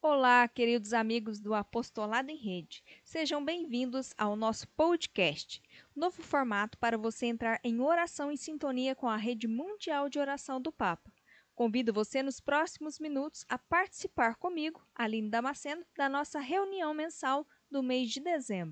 Olá, queridos amigos do Apostolado em Rede. Sejam bem-vindos ao nosso podcast, novo formato para você entrar em oração em sintonia com a Rede Mundial de Oração do Papa. Convido você nos próximos minutos a participar comigo, Aline Damasceno, da nossa reunião mensal do mês de dezembro.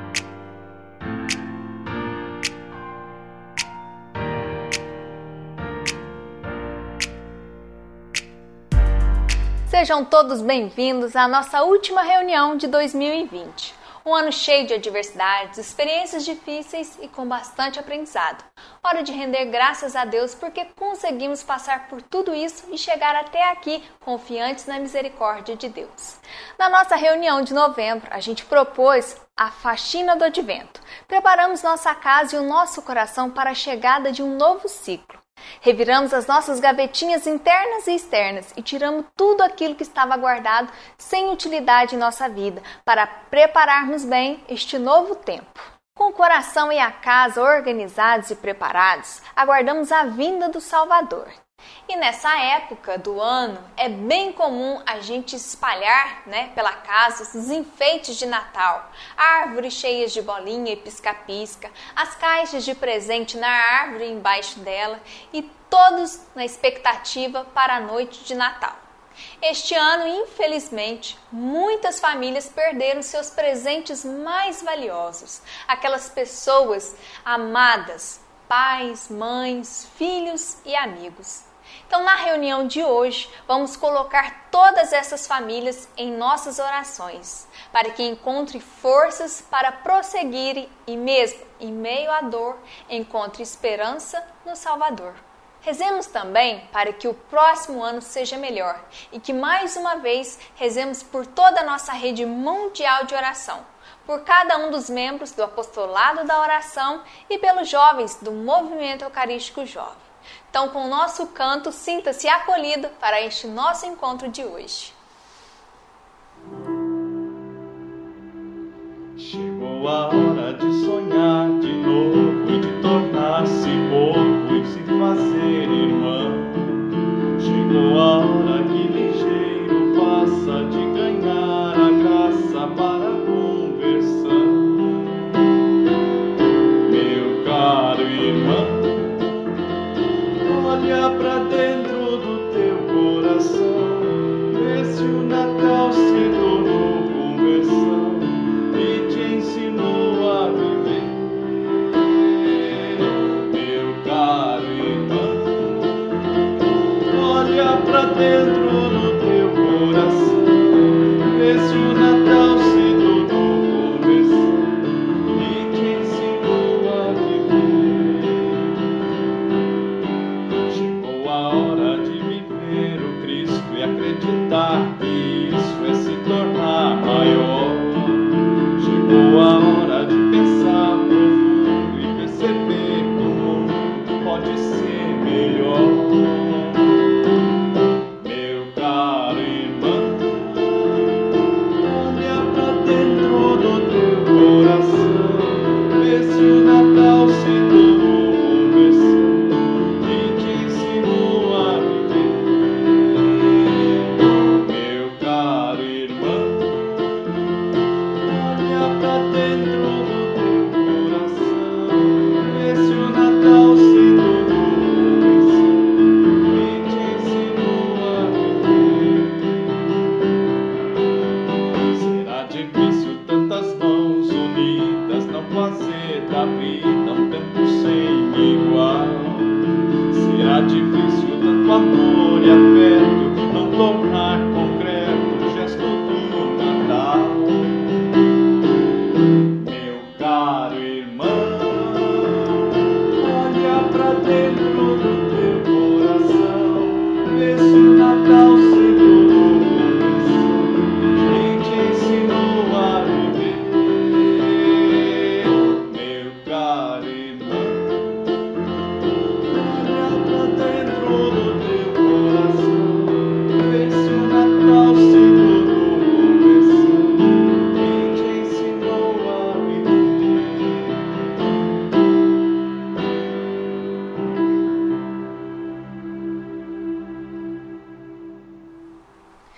Sejam todos bem-vindos à nossa última reunião de 2020. Um ano cheio de adversidades, experiências difíceis e com bastante aprendizado. Hora de render graças a Deus porque conseguimos passar por tudo isso e chegar até aqui confiantes na misericórdia de Deus. Na nossa reunião de novembro, a gente propôs a faxina do advento. Preparamos nossa casa e o nosso coração para a chegada de um novo ciclo. Reviramos as nossas gavetinhas internas e externas e tiramos tudo aquilo que estava guardado sem utilidade em nossa vida para prepararmos bem este novo tempo. Com o coração e a casa organizados e preparados, aguardamos a vinda do Salvador. E nessa época do ano é bem comum a gente espalhar pela casa os enfeites de Natal, árvores cheias de bolinha e pisca-pisca, as caixas de presente na árvore e embaixo dela e todos na expectativa para a noite de Natal. Este ano, infelizmente, muitas famílias perderam seus presentes mais valiosos, aquelas pessoas amadas, pais, mães, filhos e amigos. Então, na reunião de hoje, vamos colocar todas essas famílias em nossas orações, para que encontrem forças para prosseguirem e mesmo em meio à dor, encontre esperança no Salvador. Rezemos também para que o próximo ano seja melhor e que mais uma vez rezemos por toda a nossa rede mundial de oração, por cada um dos membros do Apostolado da Oração e pelos jovens do Movimento Eucarístico Jovem. Então, com o nosso canto, sinta-se acolhido para este nosso encontro de hoje. Chegou a hora de sonhar de novo e de tornar-se povo e se fazer irmão. Chegou a hora que ligeiro passa de ganhar a graça para a conversão. Meu caro irmão, olha pra dentro do teu coração, vê se o Natal se tornou conversão e te ensinou a viver. Meu caro irmão, olha pra dentro do teu coração, vê se o Natal se tornou conversão e te ensinou a viver. Chegou a hora de viver o Cristo e acreditar que isso é se tornar maior. Chegou a hora de pensar profundo e perceber que o mundo pode ser melhor. Meu caro irmão, olha pra dentro do teu coração, vê se o Natal se tornou conversão e te ensinou a viver. Meu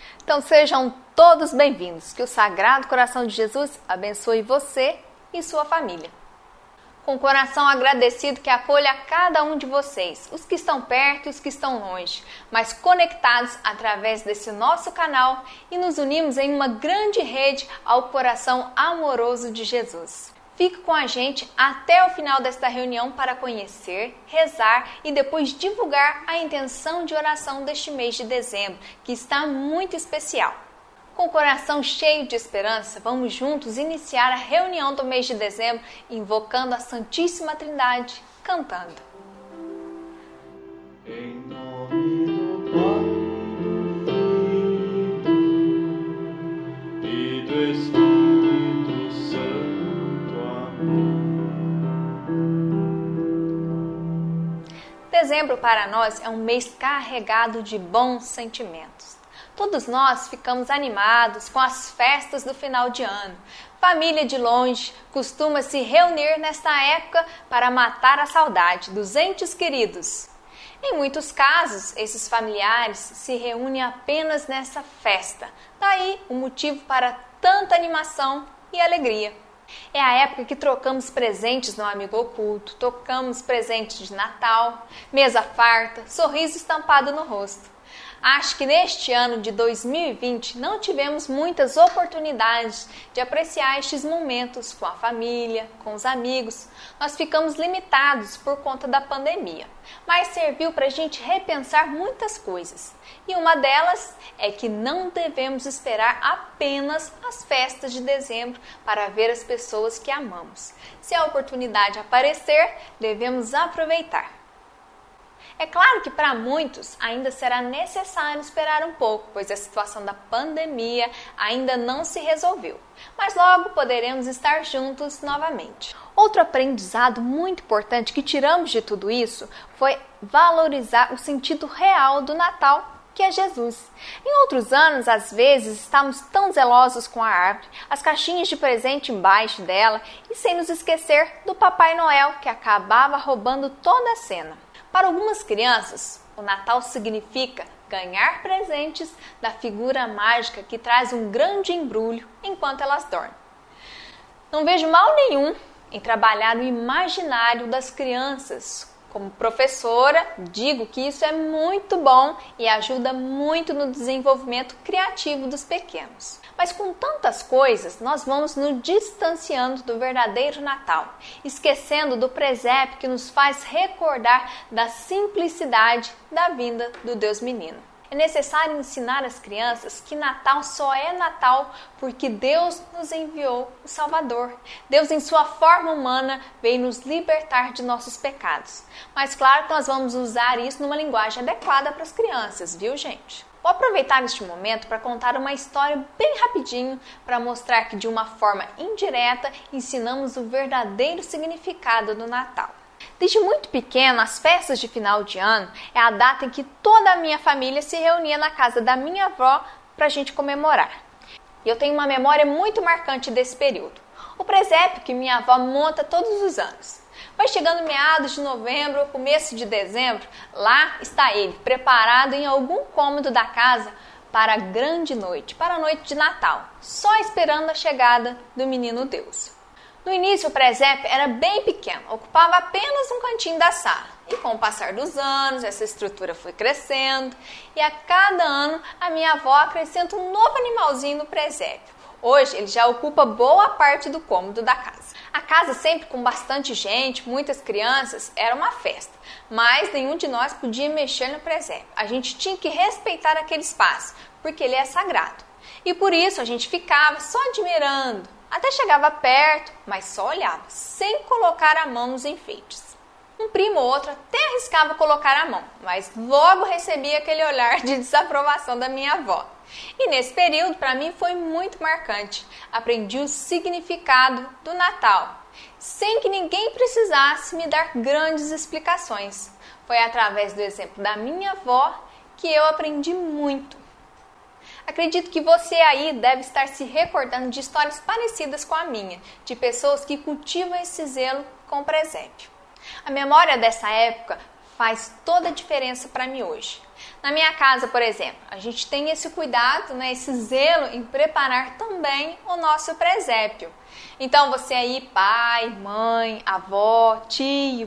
Então sejam todos bem-vindos. Que o Sagrado Coração de Jesus abençoe você e sua família. Com o coração agradecido que acolha cada um de vocês, os que estão perto e os que estão longe, mas conectados através desse nosso canal e nos unimos em uma grande rede ao coração amoroso de Jesus. Fique com a gente até o final desta reunião para conhecer, rezar e depois divulgar a intenção de oração deste mês de dezembro, que está muito especial. Com o coração cheio de esperança, vamos juntos iniciar a reunião do mês de dezembro, invocando a Santíssima Trindade, cantando. Em nome do Pai, do Filho e do Espírito Santo. Amém. Dezembro para nós é um mês carregado de bons sentimentos. Todos nós ficamos animados com as festas do final de ano. Família de longe costuma se reunir nesta época para matar a saudade dos entes queridos. Em muitos casos, esses familiares se reúnem apenas nessa festa. Daí o motivo para tanta animação e alegria. É a época que trocamos presentes no Amigo Oculto, tocamos presentes de Natal, mesa farta, sorriso estampado no rosto. Acho que neste ano de 2020 não tivemos muitas oportunidades de apreciar estes momentos com a família, com os amigos. Nós ficamos limitados por conta da pandemia, mas serviu para a gente repensar muitas coisas. E uma delas é que não devemos esperar apenas as festas de dezembro para ver as pessoas que amamos. Se a oportunidade aparecer, devemos aproveitar. É claro que para muitos ainda será necessário esperar um pouco, pois a situação da pandemia ainda não se resolveu, mas logo poderemos estar juntos novamente. Outro aprendizado muito importante que tiramos de tudo isso foi valorizar o sentido real do Natal, que é Jesus. Em outros anos, às vezes, estamos tão zelosos com a árvore, as caixinhas de presente embaixo dela e sem nos esquecer do Papai Noel, que acabava roubando toda a cena. Para algumas crianças, o Natal significa ganhar presentes da figura mágica que traz um grande embrulho enquanto elas dormem. Não vejo mal nenhum em trabalhar o imaginário das crianças. Como professora, digo que isso é muito bom e ajuda muito no desenvolvimento criativo dos pequenos. Mas com tantas coisas, nós vamos nos distanciando do verdadeiro Natal, esquecendo do presépio que nos faz recordar da simplicidade da vinda do Deus Menino. É necessário ensinar as crianças que Natal só é Natal porque Deus nos enviou o Salvador. Deus, em sua forma humana, veio nos libertar de nossos pecados. Mas claro que nós vamos usar isso numa linguagem adequada para as crianças, viu, gente? Vou aproveitar este momento para contar uma história bem rapidinho para mostrar que de uma forma indireta ensinamos o verdadeiro significado do Natal. Desde muito pequeno, as festas de final de ano é a data em que toda a minha família se reunia na casa da minha avó para a gente comemorar. E eu tenho uma memória muito marcante desse período. O presépio que minha avó monta todos os anos. Vai chegando meados de novembro, começo de dezembro, lá está ele, preparado em algum cômodo da casa para a grande noite, para a noite de Natal, só esperando a chegada do menino Deus. No início o presépio era bem pequeno, ocupava apenas um cantinho da sala. E com o passar dos anos, essa estrutura foi crescendo e a cada ano a minha avó acrescenta um novo animalzinho no presépio. Hoje ele já ocupa boa parte do cômodo da casa. A casa sempre com bastante gente, muitas crianças, era uma festa, mas nenhum de nós podia mexer no presépio. A gente tinha que respeitar aquele espaço, porque ele é sagrado. E por isso a gente ficava só admirando, até chegava perto, mas só olhava, sem colocar a mão nos enfeites. Um primo ou outro até arriscava colocar a mão, mas logo recebia aquele olhar de desaprovação da minha avó. E nesse período, para mim, foi muito marcante. Aprendi o significado do Natal, sem que ninguém precisasse me dar grandes explicações. Foi através do exemplo da minha avó que eu aprendi muito. Acredito que você aí deve estar se recordando de histórias parecidas com a minha, de pessoas que cultivam esse zelo com o presépio. A memória dessa época faz toda a diferença para mim hoje. Na minha casa, por exemplo, a gente tem esse cuidado, esse zelo em preparar também o nosso presépio. Então você aí, pai, mãe, avó, tio,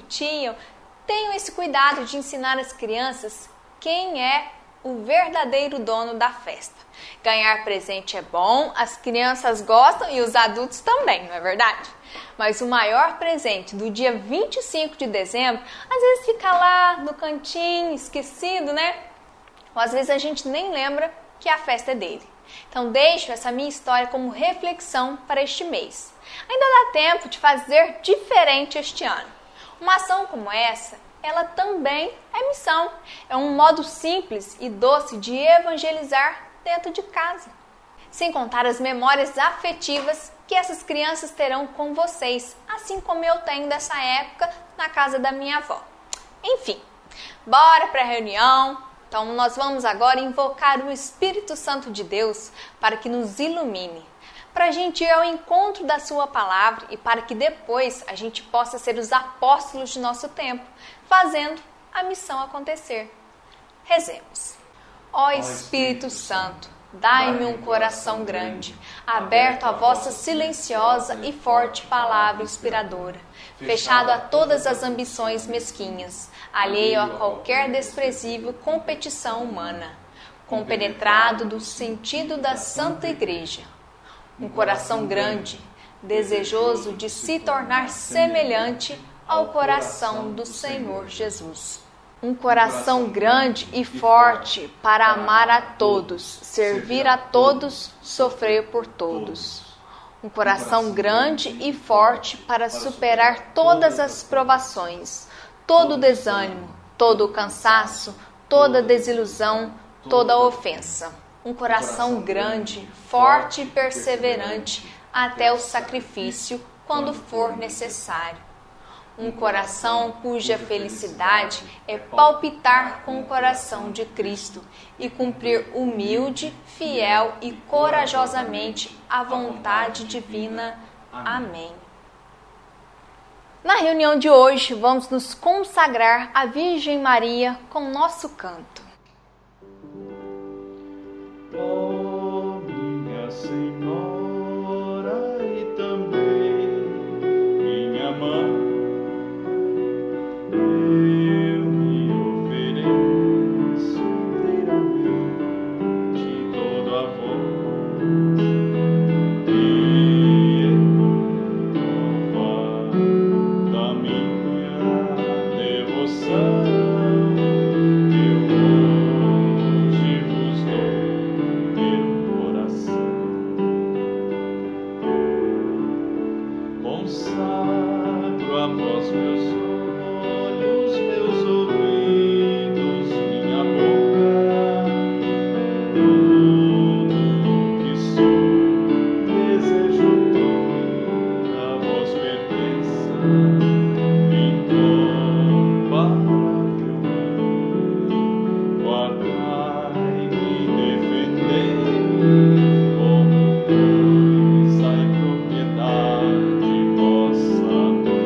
tenham esse cuidado de ensinar as crianças quem é o verdadeiro dono da festa. Ganhar presente é bom, as crianças gostam e os adultos também, não é verdade? Mas o maior presente do dia 25 de dezembro, às vezes fica lá no cantinho, esquecido, Ou às vezes a gente nem lembra que a festa é dele. Então deixo essa minha história como reflexão para este mês. Ainda dá tempo de fazer diferente este ano. Uma ação como essa, ela também é missão. É um modo simples e doce de evangelizar dentro de casa. Sem contar as memórias afetivas que essas crianças terão com vocês, assim como eu tenho dessa época na casa da minha avó. Enfim, bora para a reunião. Então nós vamos agora invocar o Espírito Santo de Deus para que nos ilumine, para a gente ir ao encontro da sua palavra e para que depois a gente possa ser os apóstolos de nosso tempo, fazendo a missão acontecer. Rezemos. Ó Espírito Santo, dai-me um coração grande, aberto à vossa silenciosa e forte palavra inspiradora, fechado a todas as ambições mesquinhas, alheio a qualquer desprezível competição humana, compenetrado do sentido da Santa Igreja. Um coração grande, desejoso de se tornar semelhante ao coração do Senhor Jesus. Um coração grande e forte para amar a todos, servir a todos, sofrer por todos. Um coração grande e forte para superar todas as provações, todo o desânimo, todo o cansaço, toda a desilusão, toda a ofensa. Um coração grande, forte e perseverante até o sacrifício quando for necessário. Um coração cuja felicidade é palpitar com o coração de Cristo e cumprir humilde, fiel e corajosamente a vontade divina. Amém. Na reunião de hoje, vamos nos consagrar à Virgem Maria com nosso canto. Ó minha Senhora e também minha mãe, eu me ofereço inteiramente todo amor e em prova da minha devoção. Eu hoje vos dou meu coração, consagro a vós meus olhos, meus ouvidos, minha boca, tudo que sou, desejo que a vós pertença, incomparável mãe, guardai-me e defendei-me como coisa e propriedade vossa,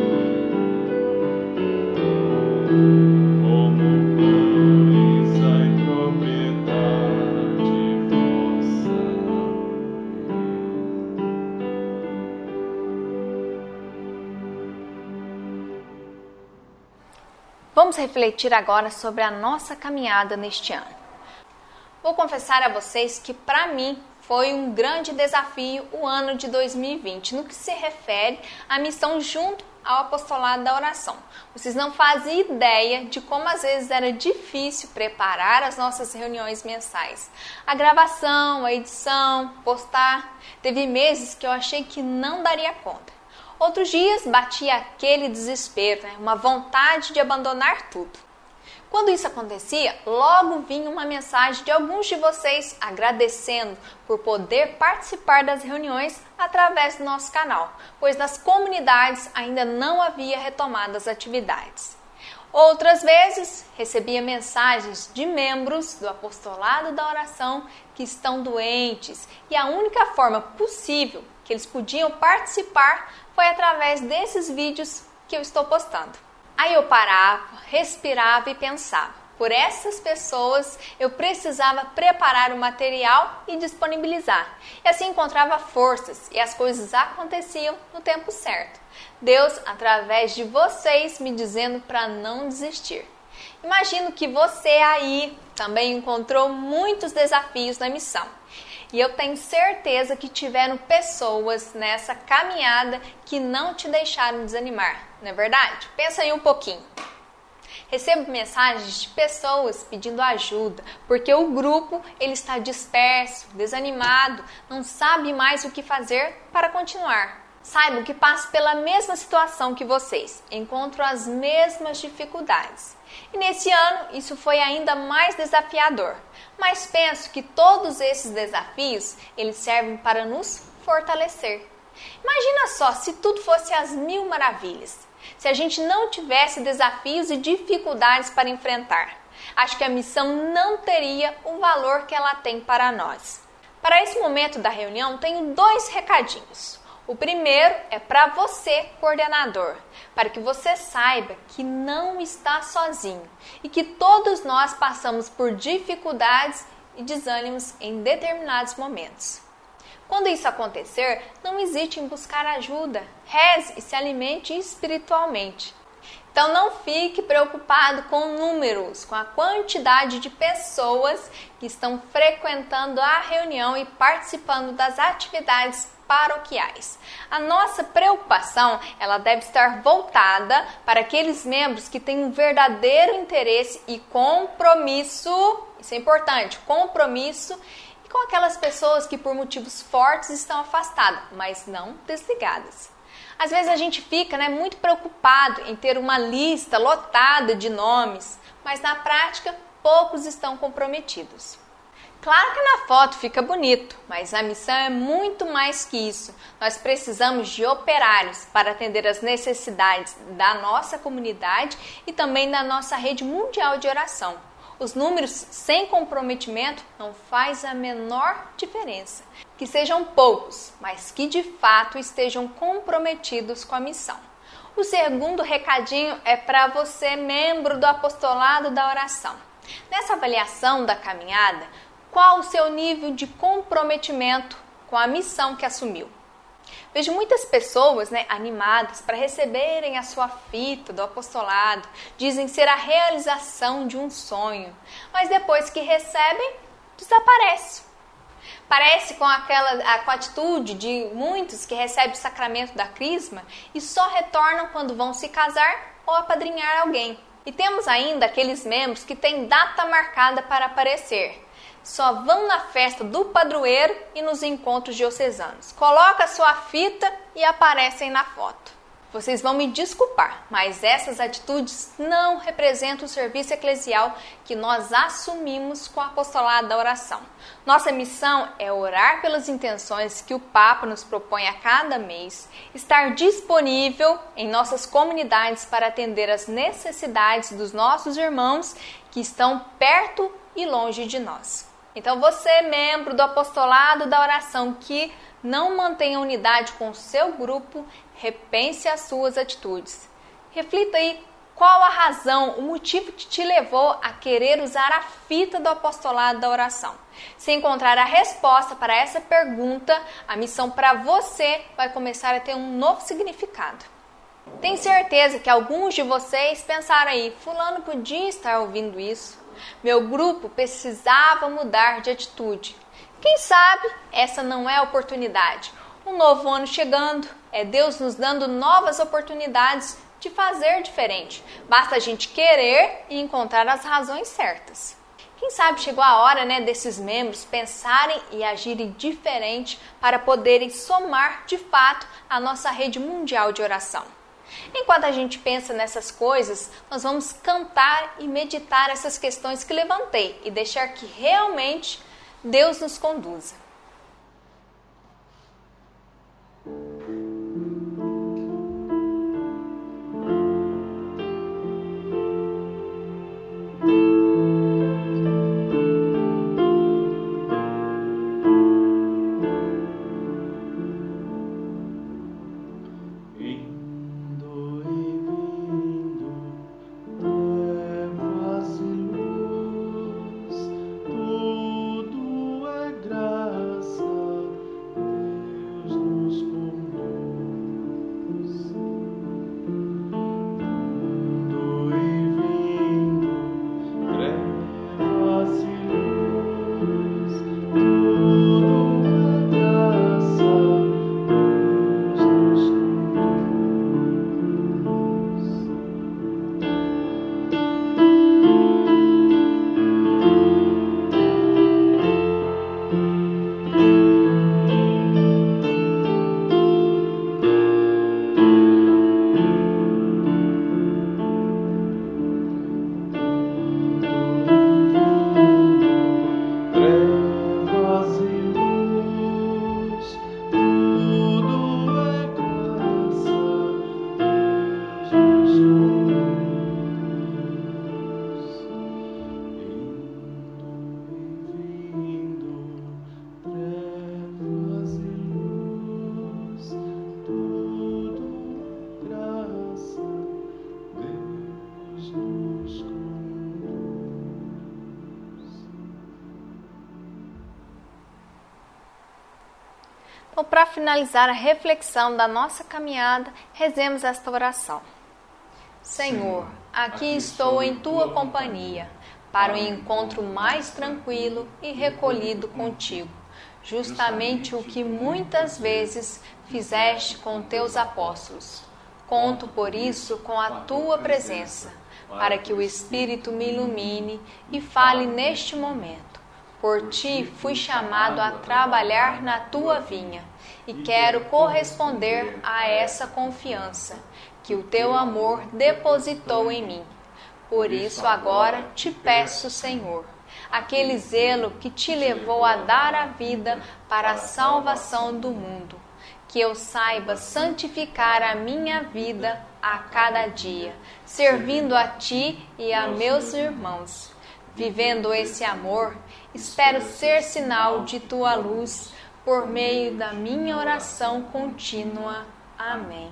como coisa e propriedade vossa. Vamos refletir agora sobre a nossa caminhada neste ano. Vou confessar a vocês que para mim foi um grande desafio o ano de 2020, no que se refere à missão junto ao apostolado da oração. Vocês não fazem ideia de como às vezes era difícil preparar as nossas reuniões mensais. A gravação, a edição, postar. Teve meses que eu achei que não daria conta. Outros dias batia aquele desespero, uma vontade de abandonar tudo. Quando isso acontecia, logo vinha uma mensagem de alguns de vocês agradecendo por poder participar das reuniões através do nosso canal, pois nas comunidades ainda não havia retomado as atividades. Outras vezes, recebia mensagens de membros do apostolado da oração que estão doentes e a única forma possível que eles podiam participar foi através desses vídeos que eu estou postando. Aí eu parava, respirava e pensava. Por essas pessoas, eu precisava preparar o material e disponibilizar. E assim encontrava forças e as coisas aconteciam no tempo certo. Deus, através de vocês, me dizendo para não desistir. Imagino que você aí também encontrou muitos desafios na missão. E eu tenho certeza que tiveram pessoas nessa caminhada que não te deixaram desanimar, não é verdade? Pensa aí um pouquinho. Recebo mensagens de pessoas pedindo ajuda, porque o grupo ele está disperso, desanimado, não sabe mais o que fazer para continuar. Saiba que passo pela mesma situação que vocês, encontro as mesmas dificuldades. E nesse ano isso foi ainda mais desafiador, mas penso que todos esses desafios eles servem para nos fortalecer. Imagina só se tudo fosse às mil maravilhas. Se a gente não tivesse desafios e dificuldades para enfrentar, acho que a missão não teria o valor que ela tem para nós. Para esse momento da reunião, tenho 2 recadinhos. O primeiro é para você, coordenador, para que você saiba que não está sozinho e que todos nós passamos por dificuldades e desânimos em determinados momentos. Quando isso acontecer, não hesite em buscar ajuda, reze e se alimente espiritualmente. Então não fique preocupado com números, com a quantidade de pessoas que estão frequentando a reunião e participando das atividades paroquiais. A nossa preocupação, ela deve estar voltada para aqueles membros que têm um verdadeiro interesse e compromisso, isso é importante, compromisso com aquelas pessoas que por motivos fortes estão afastadas, mas não desligadas. Às vezes a gente fica muito preocupado em ter uma lista lotada de nomes, mas na prática poucos estão comprometidos. Claro que na foto fica bonito, mas a missão é muito mais que isso. Nós precisamos de operários para atender as necessidades da nossa comunidade e também da nossa rede mundial de oração. Os números sem comprometimento não faz a menor diferença. Que sejam poucos, mas que de fato estejam comprometidos com a missão. O segundo recadinho é para você, membro do apostolado da oração. Nessa avaliação da caminhada, qual o seu nível de comprometimento com a missão que assumiu? Vejo muitas pessoas animadas para receberem a sua fita do apostolado, dizem ser a realização de um sonho, mas depois que recebem, desaparece. Parece com a atitude de muitos que recebem o sacramento da crisma e só retornam quando vão se casar ou apadrinhar alguém. E temos ainda aqueles membros que têm data marcada para aparecer. Só vão na festa do padroeiro e nos encontros diocesanos. Coloca a sua fita e aparecem na foto. Vocês vão me desculpar, mas essas atitudes não representam o serviço eclesial que nós assumimos com o apostolado da oração. Nossa missão é orar pelas intenções que o Papa nos propõe a cada mês, estar disponível em nossas comunidades para atender as necessidades dos nossos irmãos que estão perto e longe de nós. Então você, membro do apostolado da oração, que não mantém a unidade com o seu grupo, repense as suas atitudes. Reflita aí qual a razão, o motivo que te levou a querer usar a fita do apostolado da oração. Se encontrar a resposta para essa pergunta, a missão para você vai começar a ter um novo significado. Tenho certeza que alguns de vocês pensaram aí, fulano podia estar ouvindo isso. Meu grupo precisava mudar de atitude. Quem sabe essa não é a oportunidade. Um novo ano chegando, é Deus nos dando novas oportunidades de fazer diferente. Basta a gente querer e encontrar as razões certas. Quem sabe chegou a hora desses membros pensarem e agirem diferente para poderem somar de fato a nossa rede mundial de oração. Enquanto a gente pensa nessas coisas, nós vamos cantar e meditar essas questões que levantei e deixar que realmente Deus nos conduza. Indo e vindo Então, para finalizar a reflexão da nossa caminhada, rezemos esta oração. Senhor, aqui estou em Tua companhia, para um encontro mais tranquilo e recolhido contigo, justamente o que muitas vezes fizeste com Teus apóstolos. Conto por isso com a Tua presença, para que o Espírito me ilumine e fale neste momento. Por Ti fui chamado a trabalhar na Tua vinha e quero corresponder a essa confiança que o Teu amor depositou em mim. Por isso agora te peço, Senhor, aquele zelo que Te levou a dar a vida para a salvação do mundo, que eu saiba santificar a minha vida a cada dia, servindo a Ti e a meus irmãos. Vivendo esse amor, espero ser sinal de Tua luz por meio da minha oração contínua. Amém.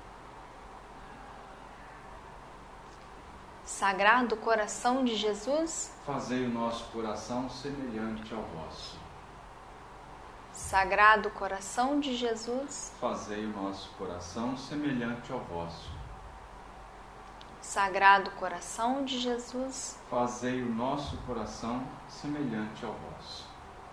Sagrado coração de Jesus, fazei o nosso coração semelhante ao vosso. Sagrado coração de Jesus, fazei o nosso coração semelhante ao vosso. Sagrado coração de Jesus, fazei o nosso coração semelhante ao vosso.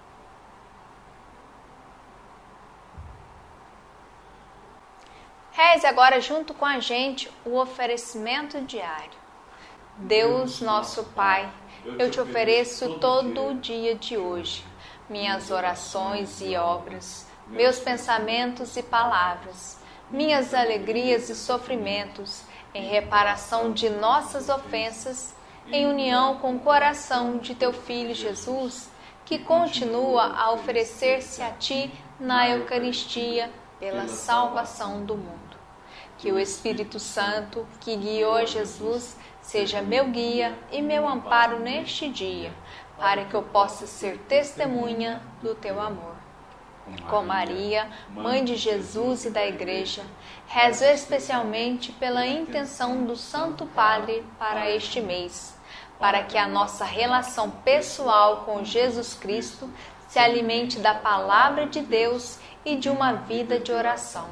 Reze agora junto com a gente o oferecimento diário. Deus nosso Pai, eu te ofereço todo o dia de hoje, minhas orações e obras, meus pensamentos e palavras, minhas alegrias e sofrimentos, em reparação de nossas ofensas, em união com o coração de Teu Filho Jesus, que continua a oferecer-se a Ti na Eucaristia pela salvação do mundo. Que o Espírito Santo, que guiou Jesus, seja meu guia e meu amparo neste dia, para que eu possa ser testemunha do Teu amor. Com Maria, Mãe de Jesus e da Igreja, rezo especialmente pela intenção do Santo Padre para este mês, para que a nossa relação pessoal com Jesus Cristo se alimente da Palavra de Deus e de uma vida de oração.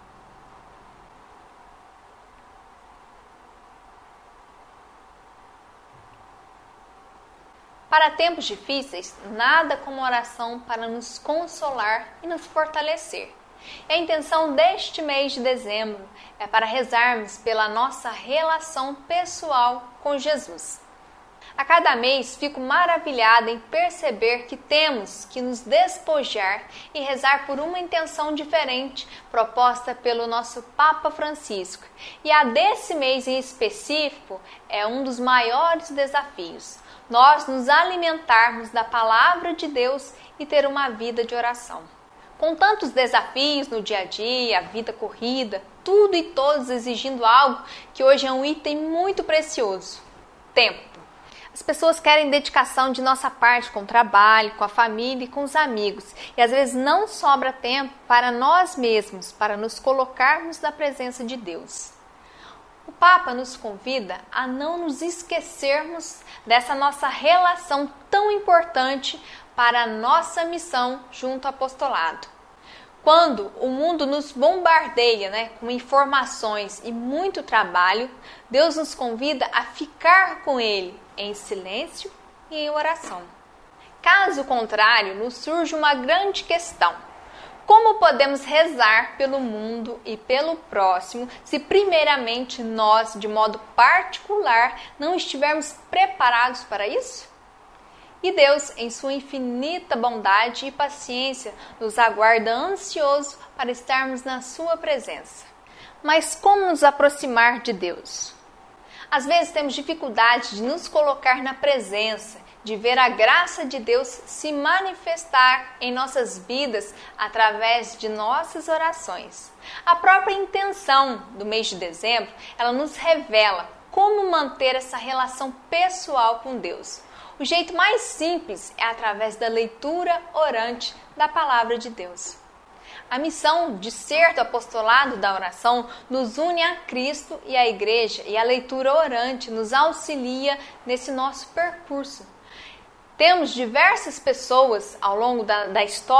Para tempos difíceis, nada como oração para nos consolar e nos fortalecer. E a intenção deste mês de dezembro é para rezarmos pela nossa relação pessoal com Jesus. A cada mês fico maravilhada em perceber que temos que nos despojar e rezar por uma intenção diferente proposta pelo nosso Papa Francisco. E a desse mês em específico é um dos maiores desafios: nós nos alimentarmos da Palavra de Deus e ter uma vida de oração. Com tantos desafios no dia a dia, a vida corrida, tudo e todos exigindo algo que hoje é um item muito precioso: tempo. As pessoas querem dedicação de nossa parte com o trabalho, com a família e com os amigos. E às vezes não sobra tempo para nós mesmos, para nos colocarmos na presença de Deus. O Papa nos convida a não nos esquecermos dessa nossa relação tão importante para a nossa missão junto ao apostolado. Quando o mundo nos bombardeia, com informações e muito trabalho, Deus nos convida a ficar com Ele em silêncio e em oração. Caso contrário, nos surge uma grande questão: como podemos rezar pelo mundo e pelo próximo se primeiramente nós, de modo particular, não estivermos preparados para isso? E Deus, em sua infinita bondade e paciência, nos aguarda ansioso para estarmos na sua presença. Mas como nos aproximar de Deus? Às vezes temos dificuldade de nos colocar na presença, de ver a graça de Deus se manifestar em nossas vidas através de nossas orações. A própria intenção do mês de dezembro, ela nos revela como manter essa relação pessoal com Deus. O jeito mais simples é através da leitura orante da Palavra de Deus. A missão de ser do apostolado da oração nos une a Cristo e à Igreja, e a leitura orante nos auxilia nesse nosso percurso. Temos diversas pessoas ao longo da história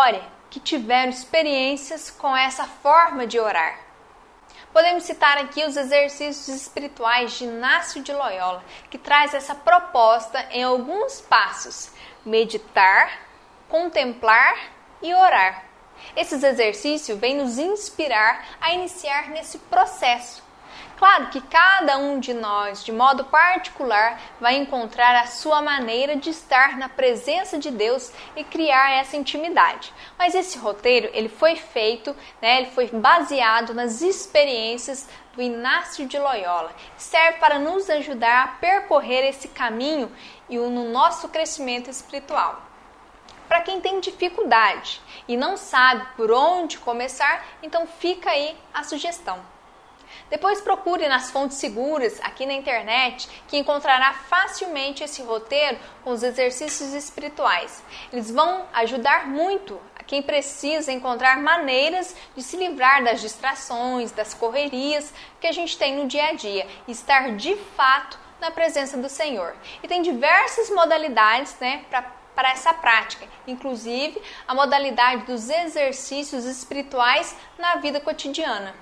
que tiveram experiências com essa forma de orar. Podemos citar aqui os exercícios espirituais de Inácio de Loyola, que traz essa proposta em alguns passos: meditar, contemplar e orar. Esses exercícios vêm nos inspirar a iniciar nesse processo. Claro que cada um de nós, de modo particular, vai encontrar a sua maneira de estar na presença de Deus e criar essa intimidade. Mas esse roteiro, ele foi feito, ele foi baseado nas experiências do Inácio de Loyola. Serve para nos ajudar a percorrer esse caminho e no nosso crescimento espiritual. Para quem tem dificuldade e não sabe por onde começar, então fica aí a sugestão. Depois procure nas fontes seguras aqui na internet, que encontrará facilmente esse roteiro com os exercícios espirituais. Eles vão ajudar muito a quem precisa encontrar maneiras de se livrar das distrações, das correrias que a gente tem no dia a dia e estar de fato na presença do Senhor. E tem diversas modalidades, para essa prática, inclusive a modalidade dos exercícios espirituais na vida cotidiana.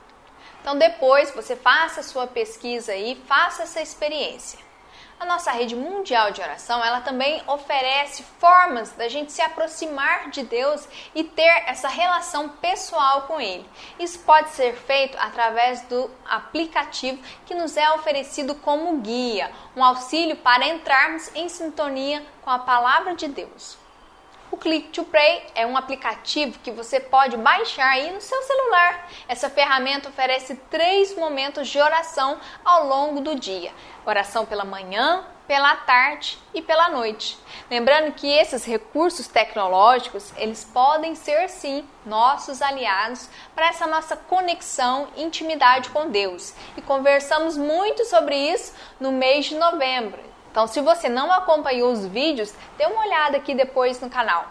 Então depois você faça a sua pesquisa aí, faça essa experiência. A nossa rede mundial de oração, ela também oferece formas da gente se aproximar de Deus e ter essa relação pessoal com Ele. Isso pode ser feito através do aplicativo que nos é oferecido como guia, um auxílio para entrarmos em sintonia com a Palavra de Deus. O Click to Pray é um aplicativo que você pode baixar aí no seu celular. Essa ferramenta oferece 3 momentos de oração ao longo do dia. Oração pela manhã, pela tarde e pela noite. Lembrando que esses recursos tecnológicos, eles podem ser sim nossos aliados para essa nossa conexão e intimidade com Deus. E conversamos muito sobre isso no mês de novembro. Então, se você não acompanhou os vídeos, dê uma olhada aqui depois no canal.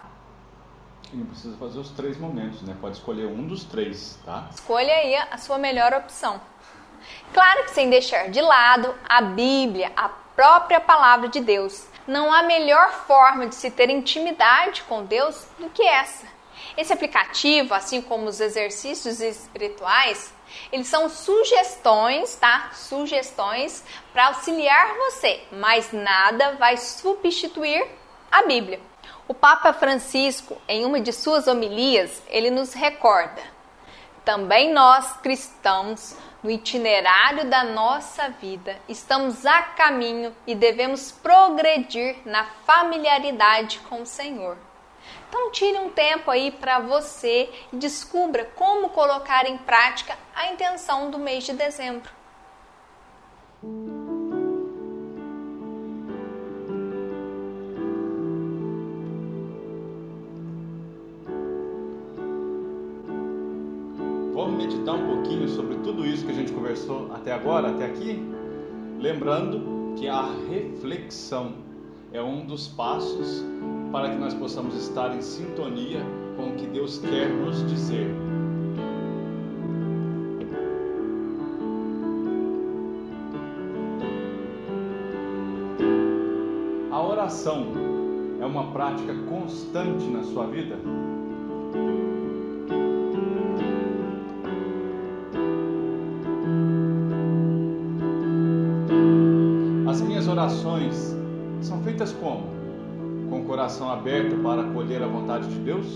E não precisa fazer os 3 momentos, Pode escolher um dos 3, tá? Escolha aí a sua melhor opção. Claro que sem deixar de lado a Bíblia, a própria Palavra de Deus. Não há melhor forma de se ter intimidade com Deus do que essa. Esse aplicativo, assim como os exercícios espirituais, eles são sugestões, Sugestões para auxiliar você, mas nada vai substituir a Bíblia. O Papa Francisco, em uma de suas homilias, ele nos recorda: também nós, cristãos, no itinerário da nossa vida, estamos a caminho e devemos progredir na familiaridade com o Senhor. Então tire um tempo aí para você e descubra como colocar em prática a intenção do mês de dezembro. Vamos meditar um pouquinho sobre tudo isso que a gente conversou até agora, até aqui? Lembrando que a reflexão é um dos passos para que nós possamos estar em sintonia com o que Deus quer nos dizer. A oração é uma prática constante na sua vida? As minhas orações são feitas como? Com o coração aberto para acolher a vontade de Deus?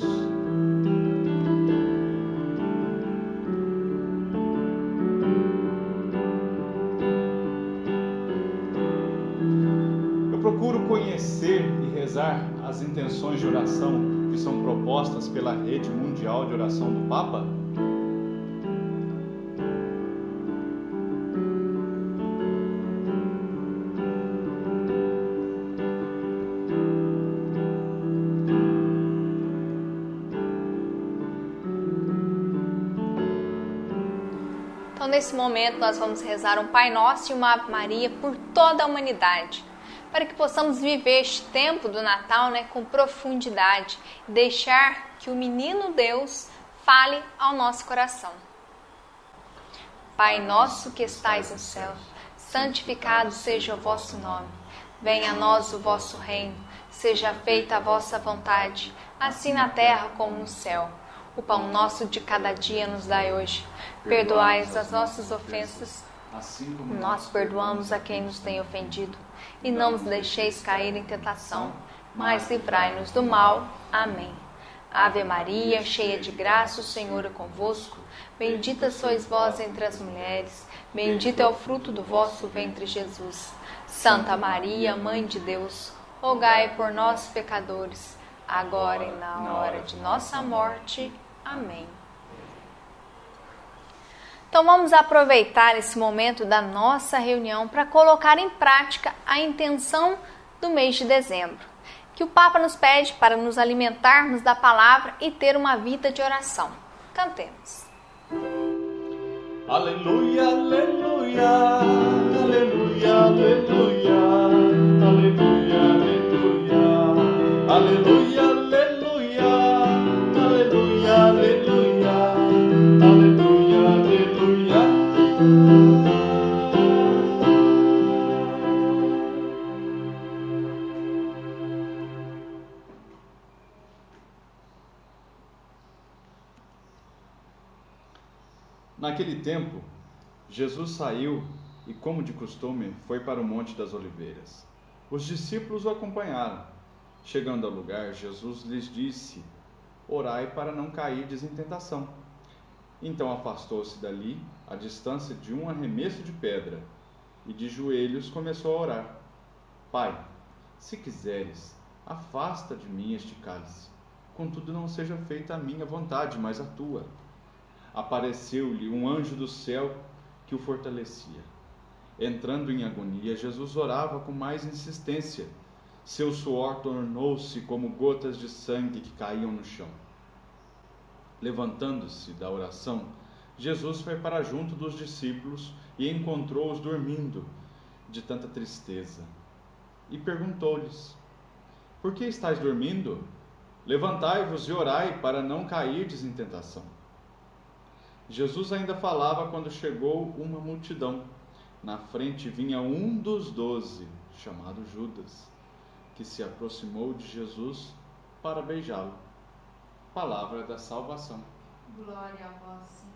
Eu procuro conhecer e rezar as intenções de oração que são propostas pela Rede Mundial de Oração do Papa? Então, nesse momento, nós vamos rezar um Pai Nosso e uma Ave Maria por toda a humanidade, para que possamos viver este tempo do Natal com profundidade e deixar que o menino Deus fale ao nosso coração. Pai nosso que estais no céu, santificado seja o vosso nome. Venha a nós o vosso reino, seja feita a vossa vontade, assim na terra como no céu. O pão nosso de cada dia nos dai hoje. Perdoai as nossas ofensas, assim como nós perdoamos a quem nos tem ofendido. E não nos deixeis cair em tentação, mas livrai-nos do mal. Amém. Ave Maria, cheia de graça, o Senhor é convosco. Bendita sois vós entre as mulheres, bendito é o fruto do vosso ventre, Jesus. Santa Maria, Mãe de Deus, rogai por nós, pecadores, agora e na hora de nossa morte. Amém. Então vamos aproveitar esse momento da nossa reunião para colocar em prática a intenção do mês de dezembro, que o Papa nos pede para nos alimentarmos da palavra e ter uma vida de oração. Cantemos. Aleluia, aleluia, aleluia, aleluia, aleluia, aleluia, aleluia, aleluia, aleluia, aleluia, aleluia, aleluia. Naquele tempo, Jesus saiu e, como de costume, foi para o Monte das Oliveiras. Os discípulos o acompanharam. Chegando ao lugar, Jesus lhes disse: orai para não cairdes em tentação. Então afastou-se dali, à distância de um arremesso de pedra, e de joelhos começou a orar: Pai, se quiseres, afasta de mim este cálice. Contudo, não seja feita a minha vontade, mas a tua. Apareceu-lhe um anjo do céu que o fortalecia. Entrando em agonia, Jesus orava com mais insistência. Seu suor tornou-se como gotas de sangue que caíam no chão. Levantando-se da oração, Jesus foi para junto dos discípulos e encontrou-os dormindo de tanta tristeza. E perguntou-lhes: por que estáis dormindo? Levantai-vos e orai para não cairdes em tentação. Jesus ainda falava quando chegou uma multidão. Na frente vinha um dos 12, chamado Judas, que se aproximou de Jesus para beijá-lo. Palavra da salvação. Glória a vós, Senhor.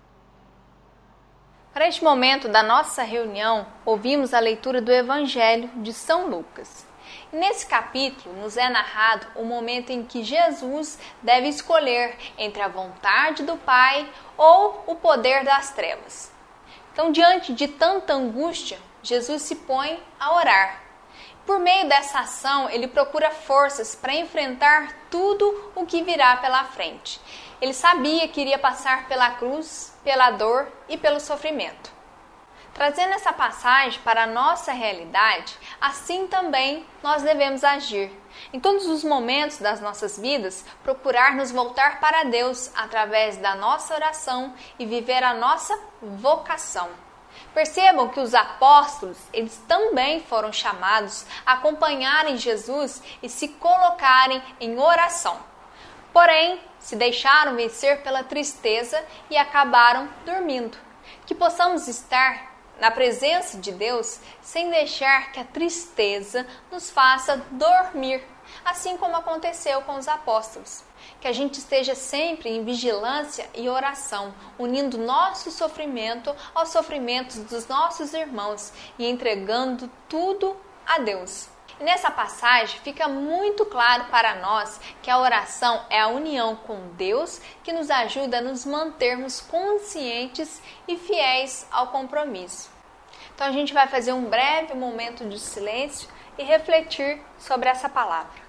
Para este momento da nossa reunião, ouvimos a leitura do Evangelho de São Lucas. E nesse capítulo nos é narrado o momento em que Jesus deve escolher entre a vontade do Pai ou o poder das trevas. Então, diante de tanta angústia, Jesus se põe a orar. Por meio dessa ação, ele procura forças para enfrentar tudo o que virá pela frente. Ele sabia que iria passar pela cruz, pela dor e pelo sofrimento. Trazendo essa passagem para a nossa realidade, assim também nós devemos agir. Em todos os momentos das nossas vidas, procurar nos voltar para Deus através da nossa oração e viver a nossa vocação. Percebam que os apóstolos, eles também foram chamados a acompanharem Jesus e se colocarem em oração. Porém, se deixaram vencer pela tristeza e acabaram dormindo. Que possamos estar na presença de Deus sem deixar que a tristeza nos faça dormir, assim como aconteceu com os apóstolos. Que a gente esteja sempre em vigilância e oração, unindo nosso sofrimento aos sofrimentos dos nossos irmãos e entregando tudo a Deus. E nessa passagem fica muito claro para nós que a oração é a união com Deus que nos ajuda a nos mantermos conscientes e fiéis ao compromisso. Então a gente vai fazer um breve momento de silêncio e refletir sobre essa palavra.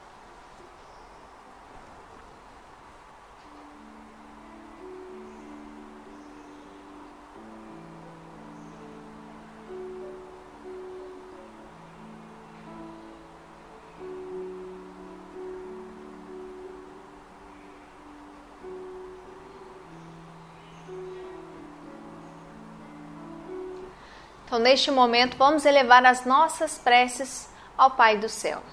Então, neste momento, vamos elevar as nossas preces ao Pai do céu.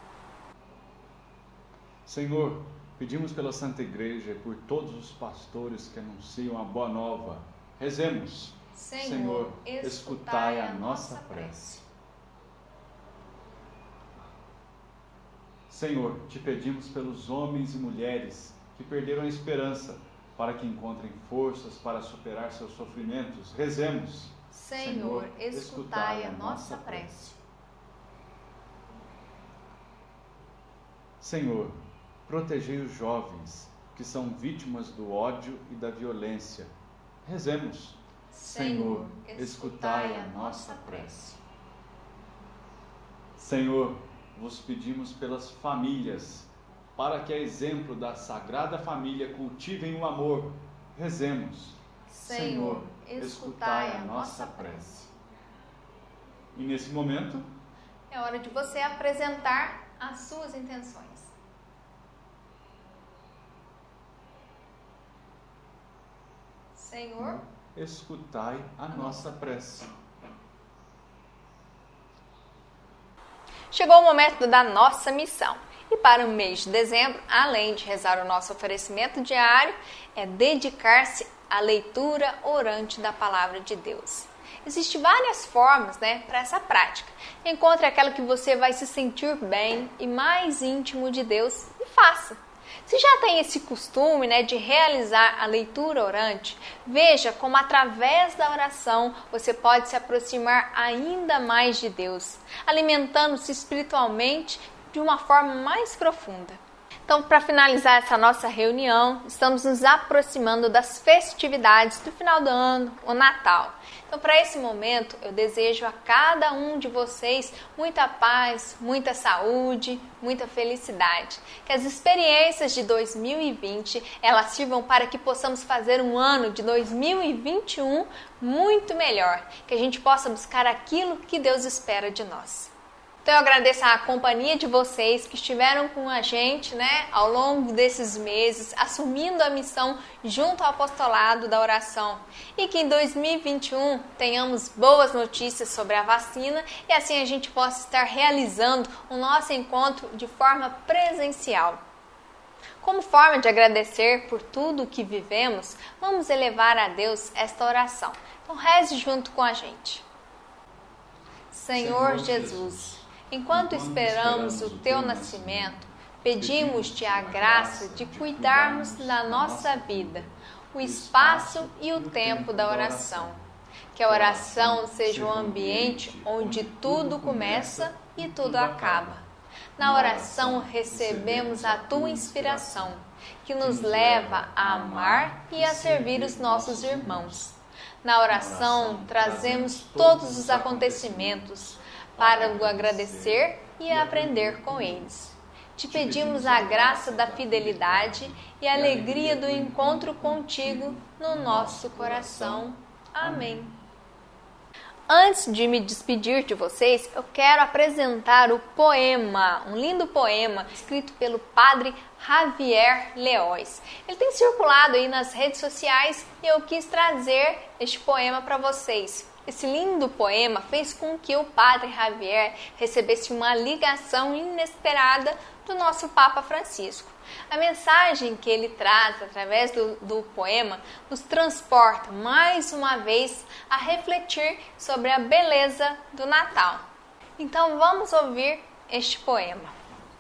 Senhor, pedimos pela Santa Igreja e por todos os pastores que anunciam a boa nova. Rezemos. Senhor, escutai a nossa prece. Senhor, te pedimos pelos homens e mulheres que perderam a esperança, para que encontrem forças para superar seus sofrimentos. Rezemos. Senhor, escutai a nossa prece. Senhor, protegei os jovens que são vítimas do ódio e da violência. Rezemos. Senhor, escutai a nossa prece. Senhor, vos pedimos pelas famílias, para que, a exemplo da Sagrada Família, cultivem o amor. Rezemos. Senhor, escutai a nossa prece. E nesse momento, é hora de você apresentar as suas intenções. Senhor, escutai a nossa prece. Chegou o momento da nossa missão. E para o mês de dezembro, além de rezar o nosso oferecimento diário, é dedicar-se à leitura orante da Palavra de Deus. Existem várias formas, para essa prática. Encontre aquela que você vai se sentir bem e mais íntimo de Deus e faça. Se já tem esse costume, de realizar a leitura orante, veja como através da oração você pode se aproximar ainda mais de Deus, alimentando-se espiritualmente de uma forma mais profunda. Então, para finalizar essa nossa reunião, estamos nos aproximando das festividades do final do ano, o Natal. Então, para esse momento, eu desejo a cada um de vocês muita paz, muita saúde, muita felicidade. Que as experiências de 2020, elas sirvam para que possamos fazer um ano de 2021 muito melhor. Que a gente possa buscar aquilo que Deus espera de nós. Então eu agradeço a companhia de vocês que estiveram com a gente, ao longo desses meses, assumindo a missão junto ao apostolado da oração. E que em 2021 tenhamos boas notícias sobre a vacina e assim a gente possa estar realizando o nosso encontro de forma presencial. Como forma de agradecer por tudo o que vivemos, vamos elevar a Deus esta oração. Então reze junto com a gente. Senhor Jesus, enquanto esperamos o teu nascimento, pedimos-te a graça de cuidarmos da nossa vida, o espaço e o tempo da oração. Que a oração seja um ambiente onde tudo começa e tudo acaba. Na oração recebemos a tua inspiração, que nos leva a amar e a servir os nossos irmãos. Na oração trazemos todos os acontecimentos, para o agradecer e aprender com eles. Te pedimos a graça da fidelidade e a alegria do encontro contigo no nosso coração. Amém. Antes de me despedir de vocês, eu quero apresentar o poema, um lindo poema escrito pelo padre Javier Leóis. Ele tem circulado aí nas redes sociais e eu quis trazer este poema para vocês. Esse lindo poema fez com que o padre Javier recebesse uma ligação inesperada do nosso Papa Francisco. A mensagem que ele traz através do poema nos transporta mais uma vez a refletir sobre a beleza do Natal. Então vamos ouvir este poema.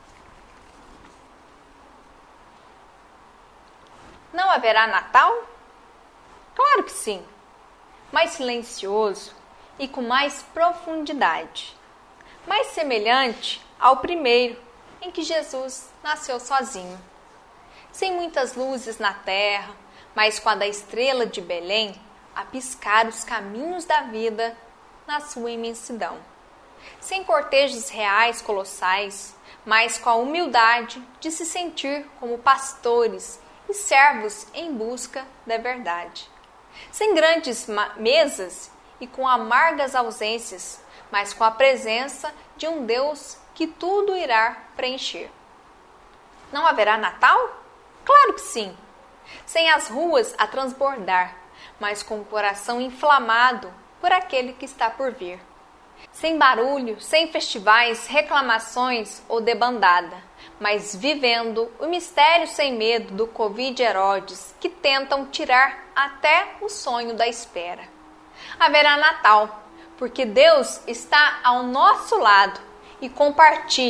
Não haverá Natal? Claro que sim. Mais silencioso e com mais profundidade, mais semelhante ao primeiro, em que Jesus nasceu sozinho, sem muitas luzes na terra, mas com a da estrela de Belém a piscar os caminhos da vida na sua imensidão, sem cortejos reais colossais, mas com a humildade de se sentir como pastores e servos em busca da verdade. Sem grandes mesas e com amargas ausências, mas com a presença de um Deus que tudo irá preencher. Não haverá Natal? Claro que sim! Sem as ruas a transbordar, mas com o coração inflamado por aquele que está por vir. Sem barulho, sem festivais, reclamações ou debandada, mas vivendo o mistério sem medo do Covid Herodes, que tentam tirar até o sonho da espera. Haverá Natal, porque Deus está ao nosso lado e compartilha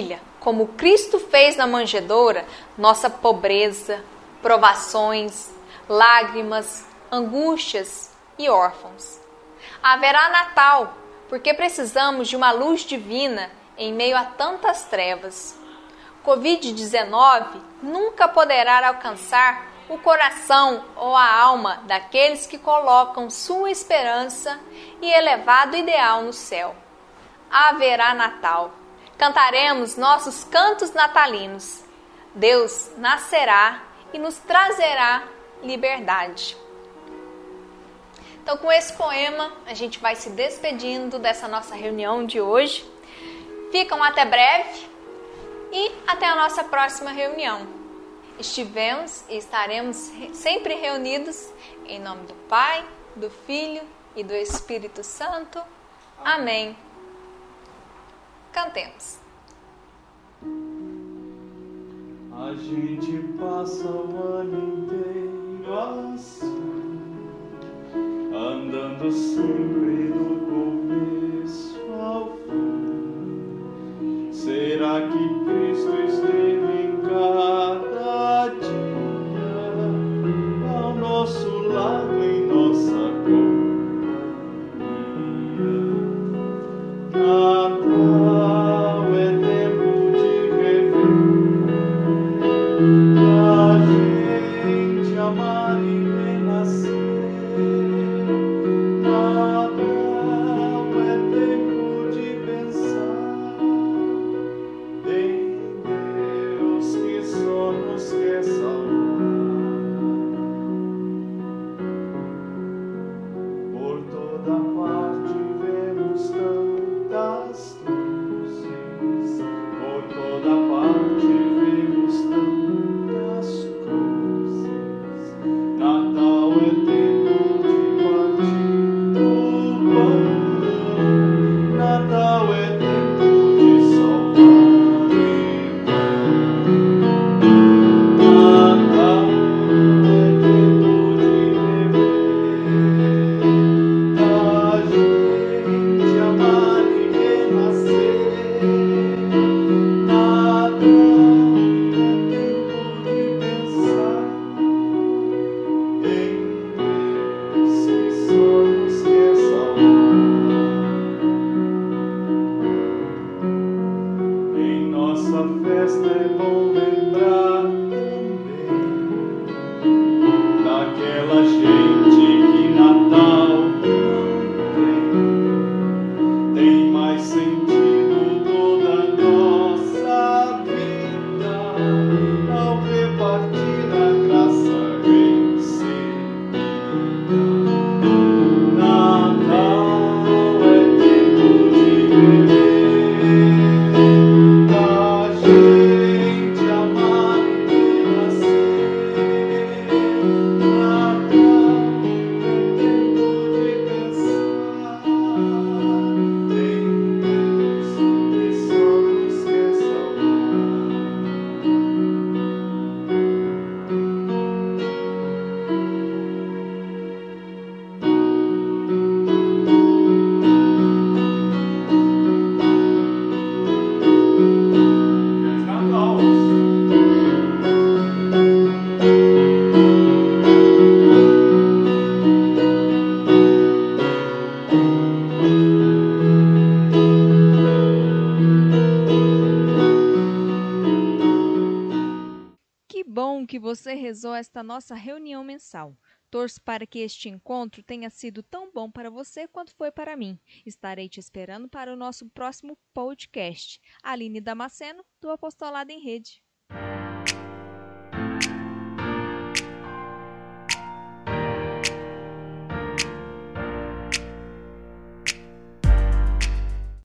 como Cristo fez na manjedoura, nossa pobreza, provações, lágrimas, angústias e órfãos. Haverá Natal, porque precisamos de uma luz divina em meio a tantas trevas. Covid-19 nunca poderá alcançar o coração ou a alma daqueles que colocam sua esperança e elevado ideal no céu. Haverá Natal. Cantaremos nossos cantos natalinos. Deus nascerá e nos trazerá liberdade. Então, com esse poema, a gente vai se despedindo dessa nossa reunião de hoje. Ficam até breve e até a nossa próxima reunião. Estivemos e estaremos sempre reunidos em nome do Pai, do Filho e do Espírito Santo. Amém. Cantemos. A gente passa o ano inteiro assim, andando sempre do começo ao fim. Será que Cristo esteve em cada dia ao nosso lado, em nossa companhia? Natal é tempo de rever, da gente amar e renascer. Natal é tempo de pensar em Deus que só nos quer salvar. Por toda parte vemos tantas cruzes, por toda parte vemos tantas cruzes. Natal é tempo de partir do pão, Natal é tempo de salvar irmão. Natal é tempo de rever, da gente amar e renascer. Natal é tempo de pensar em Deus que só nos quer salvar. Em nossa festa é bom lembrar também daquela gente que Natal não tem. Tem mais sentido toda a nossa vida ao repartir a graça recebida. Natal é tempo de rever, da gente amar e renascer. Natal é tempo de pensar em Deus que só nos quer salvar. Feliz Natal! Que bom que você rezou esta nossa reunião mensal. Torço para que este encontro tenha sido tão bom para você quanto foi para mim. Estarei te esperando para o nosso próximo podcast. Aline Damasceno, do Apostolado em Rede.